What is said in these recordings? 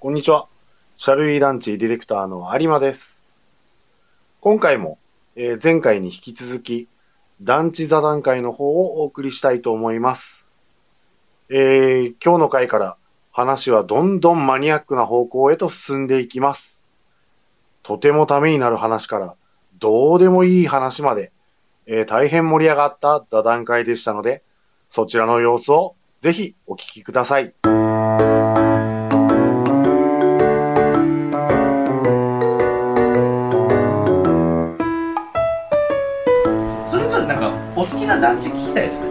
こんにちは。シャルイランチディレクターの有馬です。今回も、前回に引き続き、団地座談会の方をお送りしたいと思います。今日の回から話はどんどんマニアックな方向へと進んでいきます。とてもためになる話からどうでもいい話まで、大変盛り上がった座談会でしたので、そちらの様子をぜひお聞きください。 それぞれなんかお好きな団地聞きたいですね。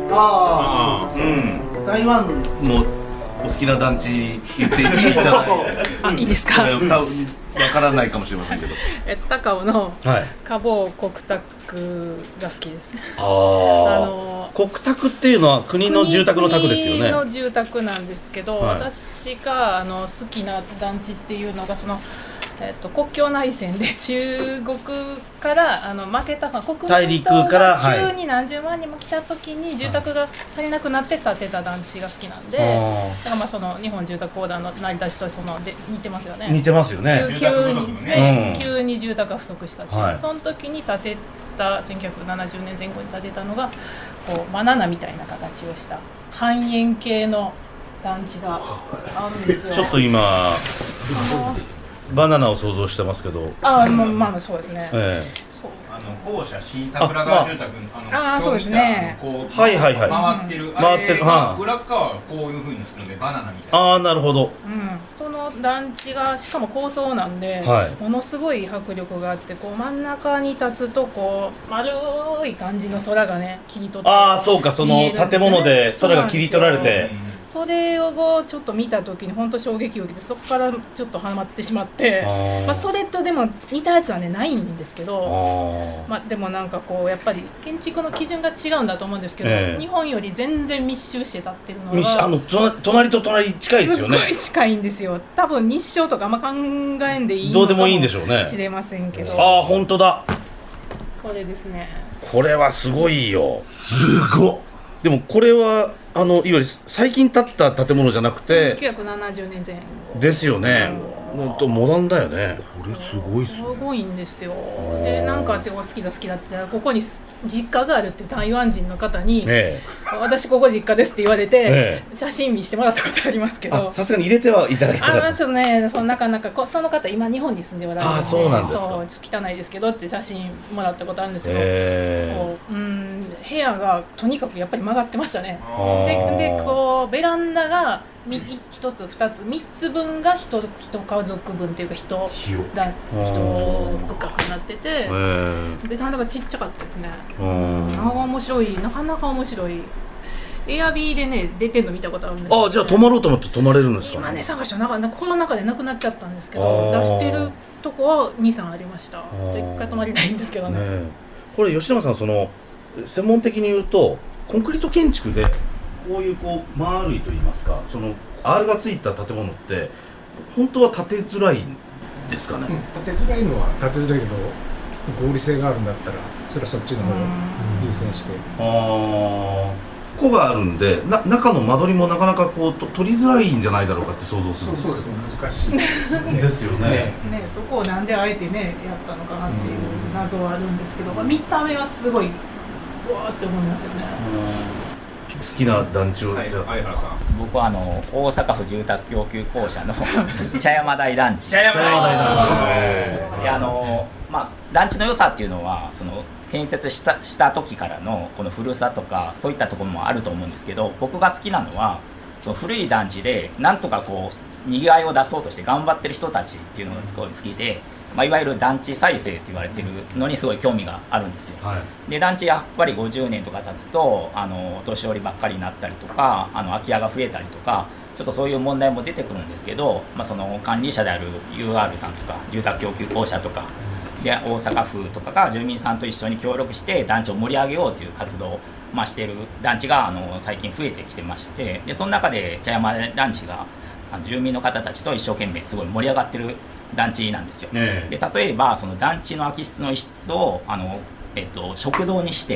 台湾のお好きな団地言っていただいていいですか。 わからないかもしれませんけど、 高尾のはい、 花房国宅が好きです。 国宅っていうのは国の住宅の宅ですよね。 国の住宅なんですけど、 はい、 私が好きな団地っていうのが国境内戦で中国から負けた国民党が急に何十万人も来た時に住宅が足りなくなって建てた団地が好きなんで、だから日本住宅公団の成り立ちと似てますよね。 似てますよね。 急に住宅が不足したっていう、はい、その時に建てた1970年前後に建てたのがバナナみたいな形をした半円形の団地があるんですよ。 ちょっと今バナナを想像してますけど、 まあそうですね。 そう校舎新桜川住宅そうですね。 はいはいはい。 回ってる裏側はこういう風にするのでバナナみたいな。 なるほど。 その団地がしかも高層なんで、ものすごい迫力があって真ん中に立つと丸い感じの空がね切り取って。 そうか、その建物で空が切り取られて。 それをちょっと見た時に本当衝撃を受けて、そこからちょっとハマってしまって、それとでも似たやつはねないんですけど、でもなんかやっぱり建築の基準が違うんだと思うんですけど、日本より全然密集して建ってるのが隣と隣近いですよね。 すごい近いんですよ。多分日照とかあんま考えんでいいどうでもいいんでしょうね。 知れませんけど。 本当だ。 これですね。 これはすごいよ。 すごっ。 でもこれはいわゆる最近建った建物じゃなくて 1970年前後ですよね。モダンだよね。 これすごいっすね。 すごいんですよ。でなんか好きだってここに実家があるって台湾人の方に、私ここ実家ですって言われて、写真見してもらったことありますけど、 さすがに入れてはいただけた。 ちょっとねなかなかその方今日本に住んでおられるので、 そうなんですか。 そう汚いですけどって写真もらったことあるんですけど、部屋がとにかくやっぱり曲がってましたね。でベランダが1つ2つ3つ分が1家族分っていうか人深くなってて、ベランダがちっちゃかったですね。なかなか面白い。エアビーでね出てんの見たことあるんですけど、 じゃあ泊まろうと思って泊まれるんですか。 今ね探したらコロナ禍でなくなっちゃったんですけど、出してるとこは 2,3 ありました。じゃあ1回泊まりたいんですけどね。 これ吉永さん専門的に言うとコンクリート建築でこういう丸いと言いますか、R がついた建物って本当は建てづらいんですかね。 建てづらいのは建てづらいけど合理性があるんだったらそれはそっちの方を優先して。 個があるんで中の間取りもなかなか取りづらいんじゃないだろうかって想像するんですけど。 そうですね、難しいですよね。 ですよね。 そこをなんであえてねやったのかなっていう謎はあるんですけど、見た目はすごいわーって思いますよね。 好きな団地を、 相原さん。 僕は大阪府住宅供給公社の茶山台団地。 茶山台団地の良さっていうのは建設した時からのこの古さとかそういったところもあると思うんですけど、僕が好きなのは古い団地でなんとかにぎわいを出そうとして頑張ってる人たちっていうのがすごい好きで、いわゆる団地再生って言われてるのにすごい興味があるんですよ。で団地やっぱり50年とか経つとお年寄りばっかりになったりとか空き家が増えたりとかちょっとそういう問題も出てくるんですけど、その管理者である UR さんとか住宅供給公社とかで大阪府とかが住民さんと一緒に協力して団地を盛り上げようという活動をしている団地が最近増えてきてまして、でその中で茶山団地が住民の方たちと一生懸命すごい盛り上がってる団地なんですよ。で例えばその団地の空き室の一室を食堂にして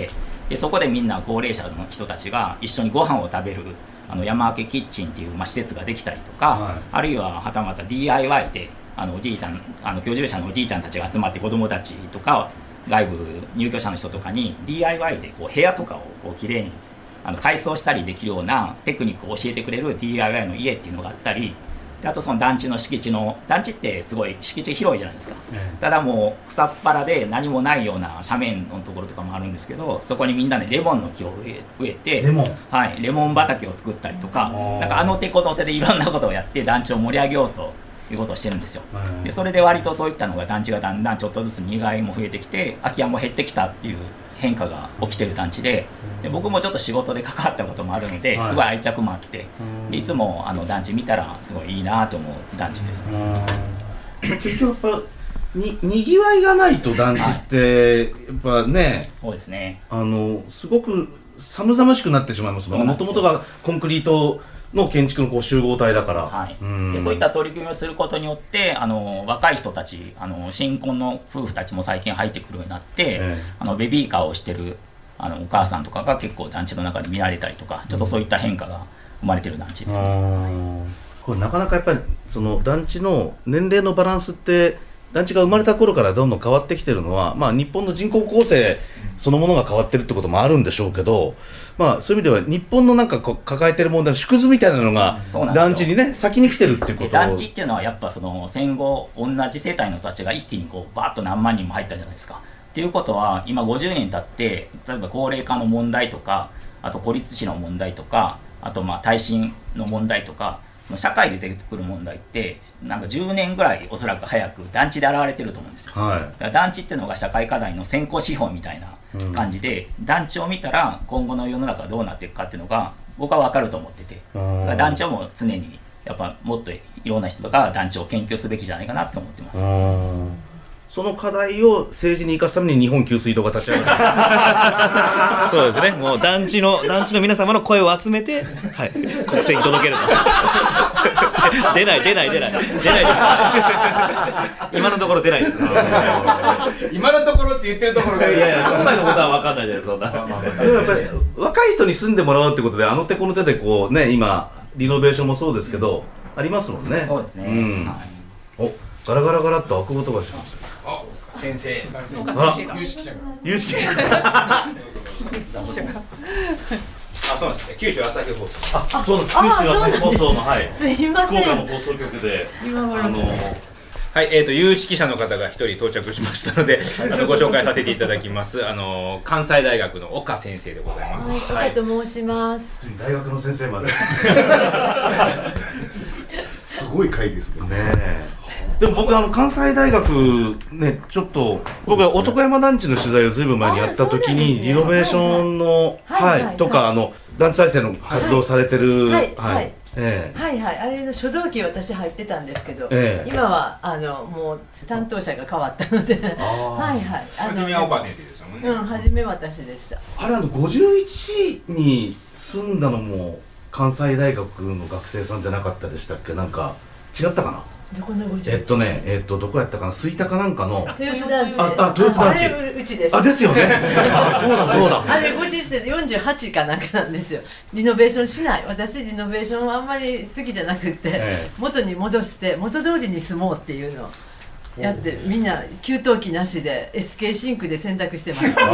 でそこでみんな高齢者の人たちが一緒にご飯を食べる山分けキッチンっていう、施設ができたりとか、あるいははたまた DIY でおじいちゃん居住者のおじいちゃんたちが集まって子どもたちとか外部入居者の人とかに DIY で部屋とかをきれいに改装したりできるようなテクニックを教えてくれる DIY の家っていうのがあったり、であとその団地の敷地ってすごい敷地広いじゃないですか、ただもう草っぱらで何もないような斜面のところとかもあるんですけど、そこにみんなでレモンの木を植えてレモン畑を作ったりとか、なんか手この手でいろんなことをやって団地を盛り上げようということをしてるんですよ。でそれで割とそういったのが団地がだんだんちょっとずつ2階も増えてきて空き家も減ってきたっていう変化が起きてる団地で、僕もちょっと仕事で関わったこともあるので、すごい愛着もあって、でいつも団地見たらすごいいいなと思う団地ですね。 結局やっぱにぎわいがないと団地ってやっぱね、 そうですね、 すごく寒々しくなってしまいますもんね。もともとがコンクリートの建築の集合体だから、 でそういった取り組みをすることによって若い人たち新婚の夫婦たちも最近入ってくるようになって、ベビーカーをしてるお母さんとかが結構団地の中で見られたりとか、ちょっとそういった変化が生まれてる団地ですね。 これなかなかやっぱりその団地の年齢のバランスって団地が生まれた頃からどんどん変わってきてるのは、日本の人口構成そのものが変わってるってこともあるんでしょうけど、そういう意味では日本のなんか抱えてる問題の縮図みたいなのが団地にね先に来てるっていうこと。 団地っていうのはやっぱその戦後同じ世帯の人たちが一気にバーッと何万人も入ったじゃないですか。っていうことは今50年経って例えば高齢化の問題とか、あと孤立死の問題とか、あと耐震の問題とか、その社会で出てくる問題ってなんか10年ぐらいおそらく早く団地で現れてると思うんですよ。だから団地っていうのが社会課題の先行指標みたいな感じで、団地を見たら今後の世の中がどうなっていくかっていうのが僕は分かると思ってて、団地はもう常にやっぱもっといろんな人とか団地を研究すべきじゃないかなって思ってます。 その課題を政治に生かすために日本給水道が立ち上がるそうですね、もう団地の皆様の声を集めて、国政に届けると出ない今のところ出ないです今のところって言ってるところがいや将来のことは分かんないじゃないですか。やっぱり若い人に住んでもらうってことで手この手で今リノベーションもそうですけどありますもんね。 そうですね、 おガラガラガラっと開く音がします。 先生、有識者がそうなんですね。九州朝日放送。 そうなんです。九州朝日放送のすいません。 福岡の放送局ではい、有識者の方が一人到着しましたのでご紹介させていただきます。関西大学の岡先生でございます。 岡と申します。 大学の先生まで。 すごい会ですね。 でも僕関西大学ねちょっと僕は男山団地の取材をずいぶん前にやった時にリノベーションのとか団地再生の活動されてるあれの初動期私入ってたんですけど、今はもう担当者が変わったので初めは岡先生でしたもんね。 初め私でした。 あれ51に住んだのも関西大学の学生さんじゃなかったでしたっけ。なんか違ったかな。 どこの51？ どこやったかな、吹田かなんかの豊津団地。 豊津団地。 あれうちです。 ですよね。そうだ。 あれ51して48かなんかなんですよ。リノベーションしない。私リノベーションはあんまり好きじゃなくて、元に戻して元通りに住もうっていうのをやって、みんな給湯器なしで SK シンクで洗濯してました。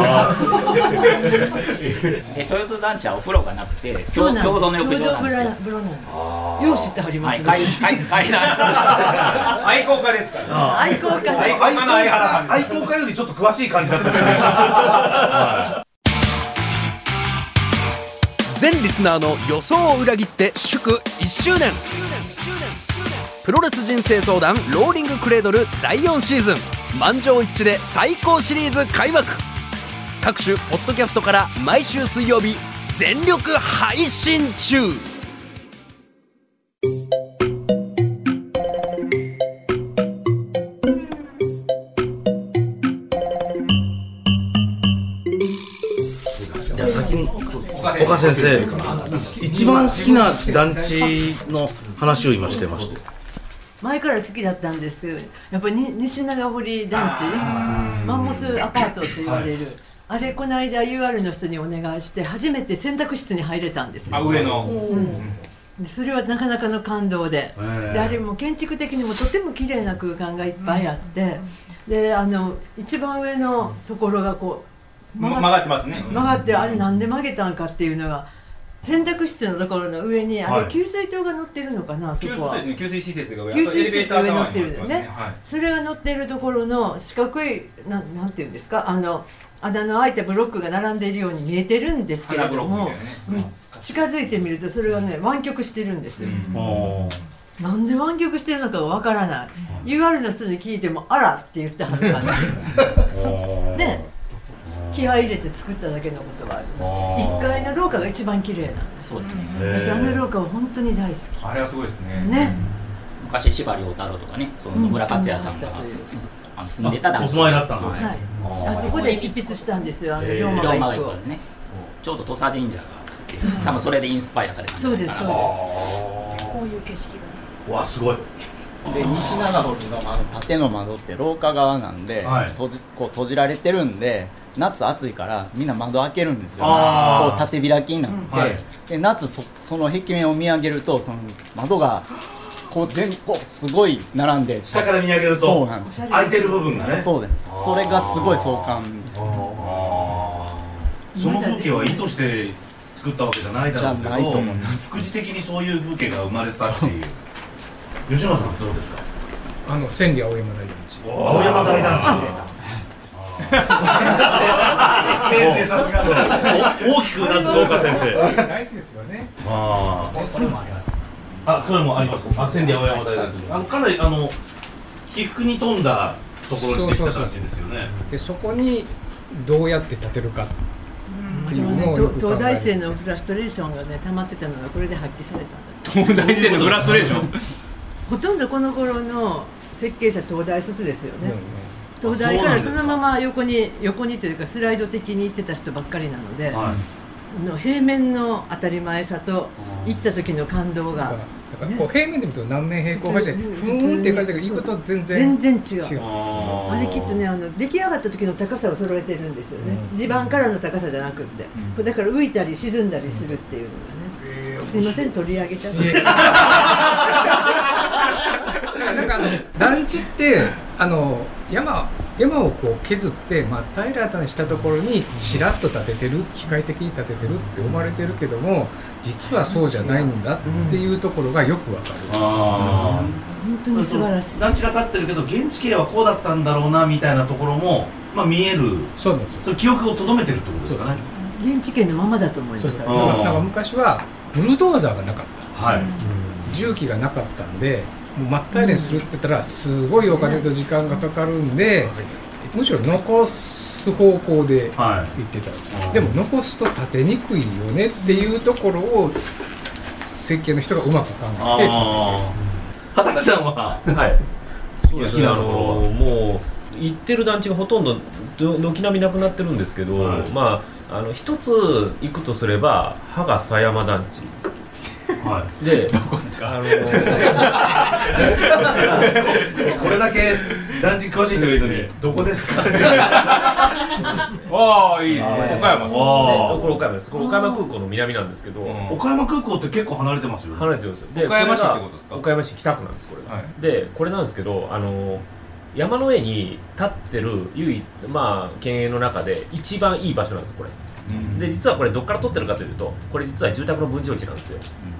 豊洲団地はお風呂がなくて共同の浴場なんですよ。 風呂なんです。よう知ってはります。 階段室。 愛好家ですから。 愛好家の相原さん。 愛好家よりちょっと詳しい感じだったね。 全リスナーの予想を裏切って祝1周年プロレス人生相談ローリングクレードル第4シーズン満場一致で最高シリーズ開幕。各種ポッドキャストから毎週水曜日全力配信中。 じゃあ先に岡先生一番好きな団地の話を今してまして、 前から好きだったんですけど、やっぱり西長堀団地、マンモスアパートと言われるあれこの間 UR の人にお願いして初めて洗濯室に入れたんですよ。 上の、 でそれはなかなかの感動で、あれも建築的にもとても綺麗な空間がいっぱいあって、で一番上のところがこう曲がってますね。 曲がって、あれなんで曲げたんかっていうのが、洗濯室のところの上にあれ給水塔が乗ってるのかな、そこは給水施設が上、 給水施設が上に乗ってるのね、 はい、 それが乗ってるところの四角いなんていうんですか、穴の開いたブロックが並んでいるように見えてるんですけれども、近づいてみるとそれがね湾曲してるんですよ、なんで湾曲してるのかがわからない、UR の人に聞いてもあらって言ってはる感じね、気合い入れて作っただけのことがある。1階の廊下が一番綺麗なんです。 そうですね。 私廊下は本当に大好き。 あれはすごいですね。 ね。 昔司馬遼太郎とかね、その野村克也さんが住んでた団地。 お住まいだったんですね。 はい。あそこで執筆したんですよ。龍馬が一個ですね。ちょうど土佐神社があって、多分それでインスパイアされたんじゃないかな。 そうです。 こういう景色が。 わあすごい。 で西長堀の縦の窓って廊下側なんで、こう閉じられてるんで。夏暑いからみんな窓開けるんですよ、こう縦開きになって、で夏その壁面を見上げるとその窓がこうこうすごい並んで下から見上げるとそうなんです開いてる部分がね、 そうです、それがすごい壮観です。 その風景は意図して作ったわけじゃないだろうけど、 じゃないと思います。 副次的にそういう風景が生まれたっていう。吉村さんどうですか？ 千里青山大団地。 青山大団地。先生さすが大きくうなずく岡先生。 大好きですよね。 これもあります。 これもあります。千里青山大団地。かなり起伏に富んだところにできた団地ですよね。 でそこにどうやって建てるか。 東大生のフラストレーションがね溜まってたのがこれで発揮されたんだ。 東大生のフラストレーション。 ほとんどこの頃の設計者東大卒ですよね。東大からそのまま横にというかスライド的に行ってた人ばっかりなので、平面の当たり前さと行った時の感動が、 だからこう平面で見ると何面平行がしてふーんって書いてあるけど行くと全然違う。あれきっとね出来上がった時の高さを揃えてるんですよね、地盤からの高さじゃなくって、だから浮いたり沈んだりするっていうのがね、すいません取り上げちゃってなんか団地って山をこう削って真っ平らにしたところにしらっと建ててる、機械的に建ててるって思われてるけども、実はそうじゃないんだっていうところがよくわかる。 本当に素晴らしい。 団地が建ってるけど現地形はこうだったんだろうなみたいなところも見える。 そうなんですよ。 その記憶を留めてるってことですかね。 現地形のままだと思います。 なんか昔はブルドーザーがなかった。重機がなかったんで。もう真っ平らにするって言ったらすごいお金と時間がかかるんで、むしろ残す方向で言ってたんですよ。でも残すと建てにくいよねっていうところを設計の人がうまく考えて畑さんは好きなところはもう行ってる団地がほとんど軒並みなくなってるんですけど、一つ行くとすれば芳賀狭山団地。で、 どこですか？これだけ団地詳しい人がいるのにどこですか？ ああいいですね。岡山。 これ岡山です。これ岡山空港の南なんですけど、 岡山空港って結構離れてますよね。 離れてるんですよ。 岡山市ってことですか？ 岡山市北区なんですこれ。でこれなんですけど山の上に立ってる県営の中で一番いい場所なんですこれ。で実はこれどっから撮ってるかというと、これ実は住宅の分譲地なんですよ。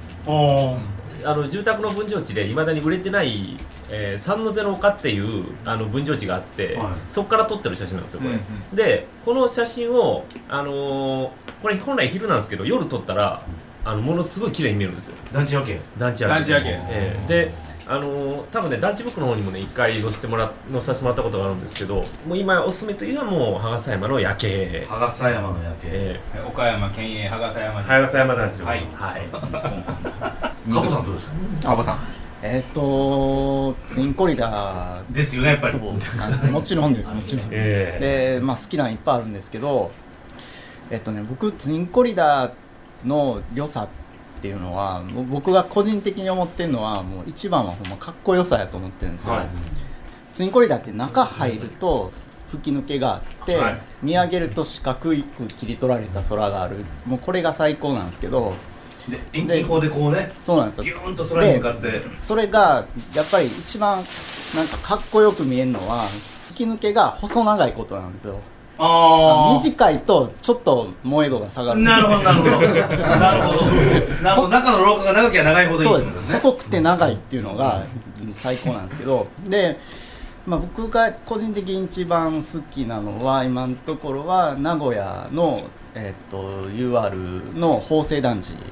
住宅の分譲地でいまだに売れてない三ノ瀬の丘っていう分譲地があって、そこから撮ってる写真なんですよこれ。でこの写真をこれ本来昼なんですけど夜撮ったらものすごい綺麗に見えるんですよ。 団地夜景。 で多分ね団地ブックの方にもね一回載せてもらったことがあるんですけど、もう今おすすめというのはもう芳賀狭山の夜景。 芳賀狭山の夜景。 岡山県営芳賀狭山。 芳賀狭山団地でございます。 加藤さんどうですか？ 加藤さん。ツインコリダーですよねやっぱり。 もちろんですもちろん。で好きなのいっぱいあるんですけど、僕ツインコリダーの良さっていうのは僕が個人的に思ってるのはもう一番はほんまかっこよさやと思ってるんですよ。 ツインコリダーって中入ると吹き抜けがあって、はい、見上げると四角く切り取られた空がある、もうこれが最高なんですけど、 で遠近法でこうね、 そうなんですよ、 ギューンと空に向かって、 それがやっぱり一番なんかかっこよく見えるのは吹き抜けが細長いことなんですよ。短いとちょっと萌え度が下がる。 なるほどなるほどなるほど中の廊下が長ければ長いほどいいんですね。 細くて長いっていうのが最高なんですけど、で、僕が個人的に一番好きなのは今のところは名古屋の、UR の法政団地です、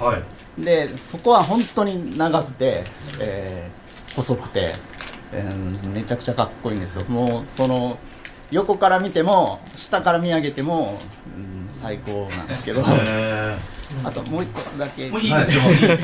はい、でそこは本当に長くて、細くて、めちゃくちゃかっこいいんですよ。もうその横から見ても下から見上げても、最高なんですけどあともう一個だけ、 もういいですよ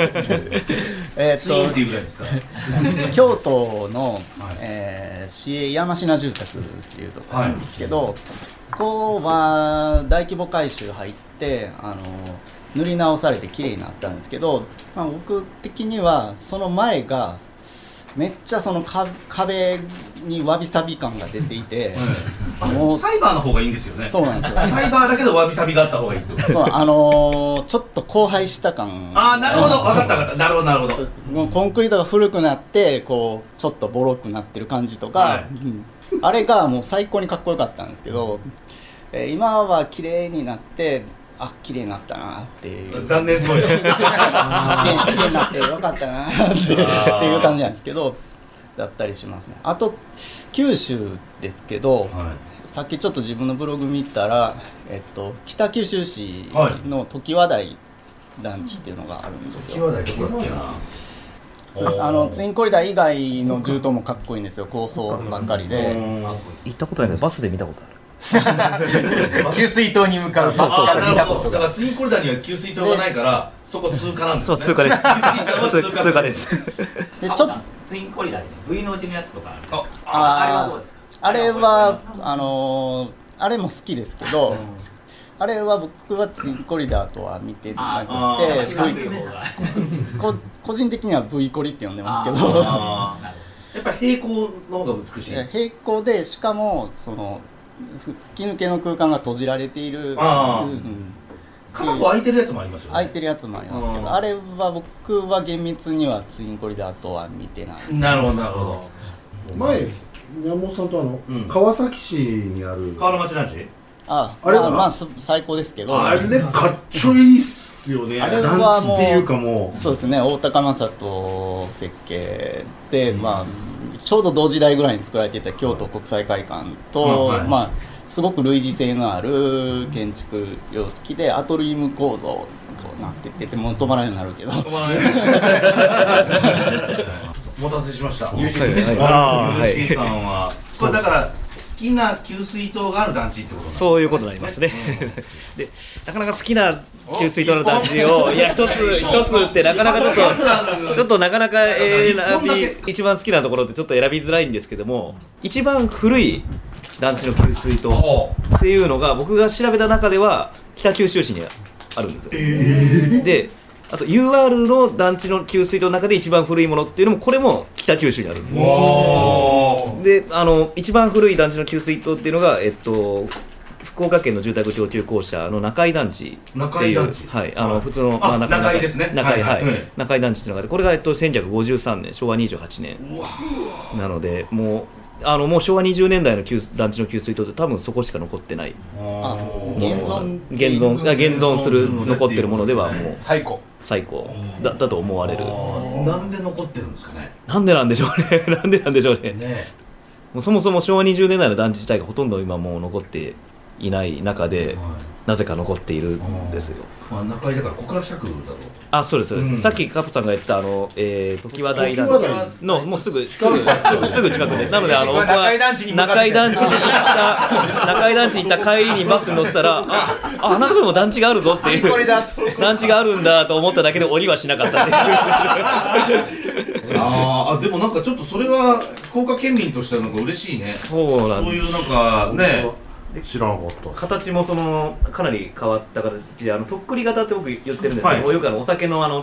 京都の、市営山科住宅っていうところなんですけど、ここは大規模改修入って塗り直されて綺麗になったんですけど、僕的にはその前がめっちゃその壁にわびさび感が出ていて、 もうサイバーの方がいいんですよね。 そうなんですよ。 サイバーだけどわびさびがあった方がいいってこと。 そう、ちょっと荒廃した感。 なるほど、分かった分かった。なるほどなるほど。 もうコンクリートが古くなってこうちょっとボロくなってる感じとか、あれがもう最高にかっこよかったんですけど、今は綺麗になって。綺麗になったなっていう。 残念そうです。綺麗になってよかったなっていう感じなんですけど、だったりしますね。あと九州ですけど、さっきちょっと自分のブログ見たら、北九州市の常盤台団地っていうのがあるんですよ。 常盤台どこだっけな。 そうです。ツインコリダー以外の銃刀もかっこいいんですよ。高層ばっかりで。 行ったことないけどバスで見たことある。 給水塔に向かうバスから見たことが。 だからツインコリダーには給水塔がないからそこ通過なんですね。 そう、通過です。通過です。 でちょっとツインコリダーで V の字のやつとかある。あれはどうですか。 あれはあれも好きですけど、あれは僕はツインコリダーとは見てなくて、個人的には V コリって呼んでますけど、 やっぱ平行の方が美しい。 平行でしかもその吹き抜けの空間が閉じられている、 片方空いてるやつもありますよね。 空いてるやつもありますけど、あれは僕は厳密にはツインコリダーとは見てない。 なるほどなるほど。 前山本さんと川崎市にある川の町団地、 あれは最高ですけど、 あれかっちょいいっすよね。 あれはもう団地っていうかもうそうですね、大高正人設計で、ちょうど同時代ぐらいに作られていた京都国際会館と、すごく類似性のある建築様式でアトリウム構造こうなってて、もう止まらないようになるけどお待たせしました。ゆうしーさんはこれだから好きな給水塔がある団地ってこと。 そういうことになりますね。でなかなか好きな給水塔の団地を一つってなかなかちょっとなかなか一番好きなところってちょっと選びづらいんですけども、一番古い団地の給水塔っていうのが僕が調べた中では北九州市にあるんですよ。であと UR の団地の給水塔の中で一番古いものっていうのもこれも北九州にあるんですよ。で一番古い団地の給水塔っていうのが福岡県の住宅供給公社の中井団地っていう、普通の中井ですね。 中井団地っていうのがあって、これが1953年昭和28年なのでもう昭和20年代の団地の給水塔って多分そこしか残ってない。現存する残ってるものではもう最高だと思われる。 なんで残ってるんですかね。 なんでなんでしょうね。もうそもそも昭和20年代の団地自体がほとんど今もう残っていない中で、なぜか残っているんですよ。 中井だから小倉北区だと。 そうですそうです。さっきカップさんが言った常盤台団地のもうすぐ近くで、なので僕は中井団地に行った帰りにバスに乗ったらあんなところにも団地があるぞっていう団地があるんだと思っただけで降りはしなかったっていう。 でもなんかちょっとそれは福岡県民としてはなんか嬉しいね。 そうなんです。 そういうなんかね。 知らなかった。 形もかなり変わった形でとっくり型って僕言ってるんですけど、よくお酒のとっ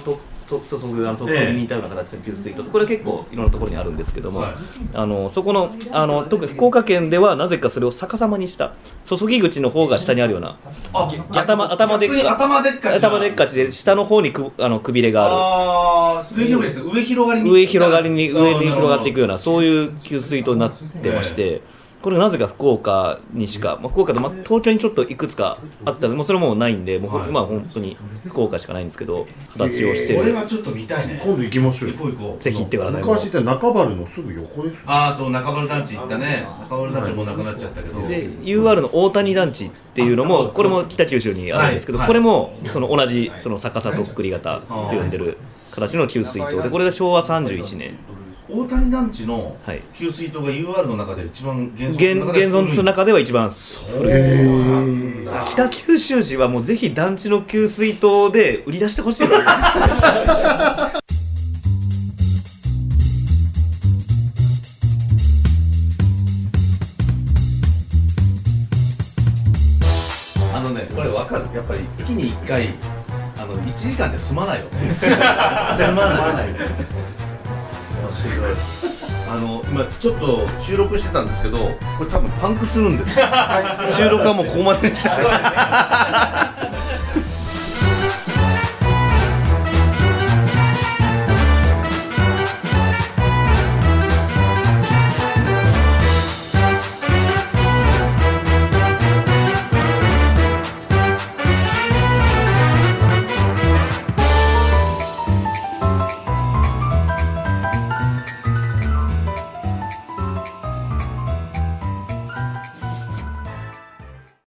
注ぐ鳥取に似たような形の給水塔、これ結構いろんなところにあるんですけども、そこの特に福岡県ではなぜかそれを逆さまにした注ぎ口の方が下にあるような頭でっかちで下の方にくびれがある上広がりに広がっていくようなそういう給水塔になってまして、これなぜか福岡にしか、福岡で東京にちょっといくつかあったので、もうそれもないんで、もう本当に福岡しかないんですけど、形をしてる。 これはちょっと見たいね。 今度行きましょうよ。 ぜひ行ってください。 昔って中原のすぐ横です。 そう中原団地行ったね。中原団地もなくなっちゃったけど。 で UR の大谷団地っていうのも、これも北九州にあるんですけど、これもその同じその逆さとっくり型と呼んでる形の給水塔で、これが昭和31年。 大谷団地の給水塔が UR の中で一番現存する中では一番古い。北九州市はもうぜひ団地の給水塔で売り出してほしいの。 これ分かる。やっぱり月に1回1時間で済まないよね。済まない。今ちょっと収録してたんですけど、これ多分パンクするんです。収録はもうここまででした。